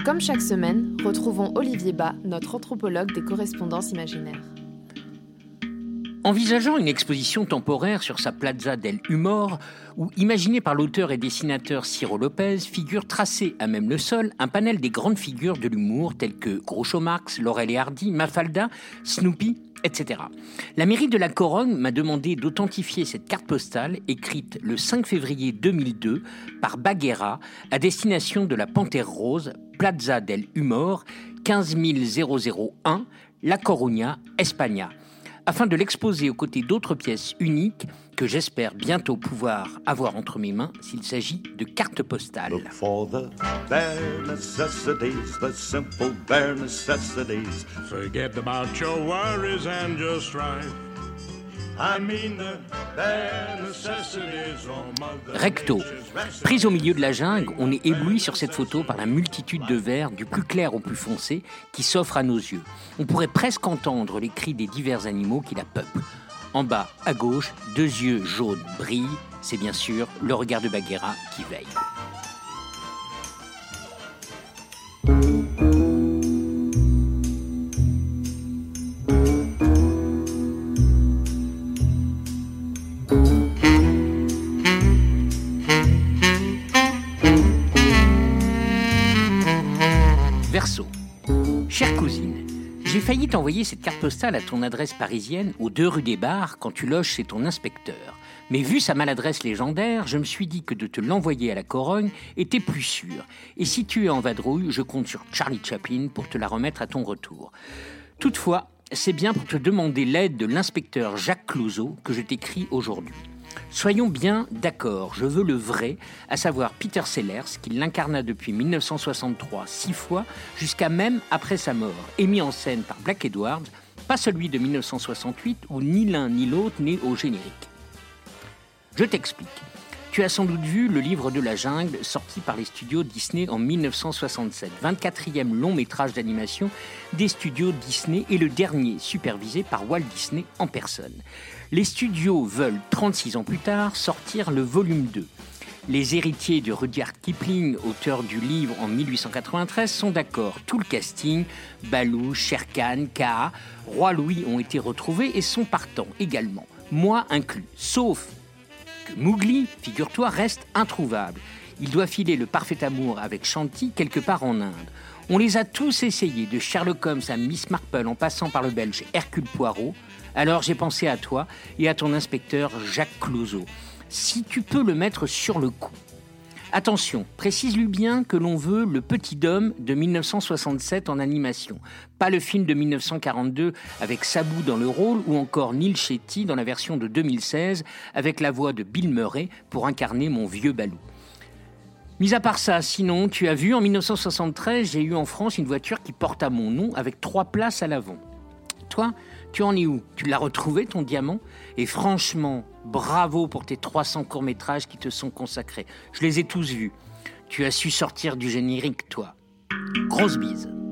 Comme chaque semaine, retrouvons Olivier Bas, notre anthropologue des correspondances imaginaires. Envisageant une exposition temporaire sur sa Plaza del Humor, où, imaginé par l'auteur et dessinateur Ciro Lopez, figure tracé à même le sol un panel des grandes figures de l'humour telles que Groucho Marx, Laurel et Hardy, Mafalda, Snoopy, etc. La mairie de la Corogne m'a demandé d'authentifier cette carte postale écrite le 5 février 2002 par Baguera à destination de la Panthère Rose, Plaza del Humor, 15 001, La Coruña, Espagne, afin de l'exposer aux côtés d'autres pièces uniques que j'espère bientôt pouvoir avoir entre mes mains s'il s'agit de cartes postales. Look for the bare necessities, the simple bare necessities. Forget about your worries and just strive. I mean the bare necessities, oh mother. Recto. Prise au milieu de la jungle, on est ébloui sur cette photo par la multitude de vers, du plus clair au plus foncé, qui s'offrent à nos yeux. On pourrait presque entendre les cris des divers animaux qui la peuplent. En bas, à gauche, deux yeux jaunes brillent. C'est bien sûr le regard de Baguera qui veille. Verseau. Chère cousine, j'ai failli t'envoyer cette carte postale à ton adresse parisienne, aux 2 rue des Bars, quand tu loges chez ton inspecteur. Mais vu sa maladresse légendaire, je me suis dit que de te l'envoyer à la Corogne était plus sûr. Et si tu es en vadrouille, je compte sur Charlie Chaplin pour te la remettre à ton retour. Toutefois, c'est bien pour te demander l'aide de l'inspecteur Jacques Clouseau que je t'écris aujourd'hui. Soyons bien d'accord, je veux le vrai, à savoir Peter Sellers, qui l'incarna depuis 1963 6 fois, jusqu'à même après sa mort, et mis en scène par Black Edwards, pas celui de 1968 où ni l'un ni l'autre n'est au générique. Je t'explique. Tu as sans doute vu Le Livre de la Jungle, sorti par les studios Disney en 1967, 24e long métrage d'animation des studios Disney et le dernier supervisé par Walt Disney en personne. Les studios veulent, 36 ans plus tard, sortir le volume 2. Les héritiers de Rudyard Kipling, auteur du livre en 1893, sont d'accord. Tout le casting, Balou, Shere Khan, Kaa, Roi Louis ont été retrouvés et sont partants également, moi inclus, sauf que Mowgli, figure-toi, reste introuvable. Il doit filer le parfait amour avec Shanti quelque part en Inde. On les a tous essayés, de Sherlock Holmes à Miss Marple en passant par le Belge Hercule Poirot. Alors j'ai pensé à toi et à ton inspecteur Jacques Clouseau. Si tu peux le mettre sur le coup. Attention, précise-lui bien que l'on veut le Petit Dôme de 1967 en animation, pas le film de 1942 avec Sabou dans le rôle ou encore Neil Shetty dans la version de 2016 avec la voix de Bill Murray pour incarner mon vieux Balou. Mis à part ça, sinon, tu as vu, en 1973, j'ai eu en France une voiture qui porte à mon nom avec 3 places à l'avant. Toi, tu en es où ? Tu l'as retrouvé, ton diamant ? Et franchement, bravo pour tes 300 courts-métrages qui te sont consacrés. Je les ai tous vus. Tu as su sortir du générique, toi. Grosse bise.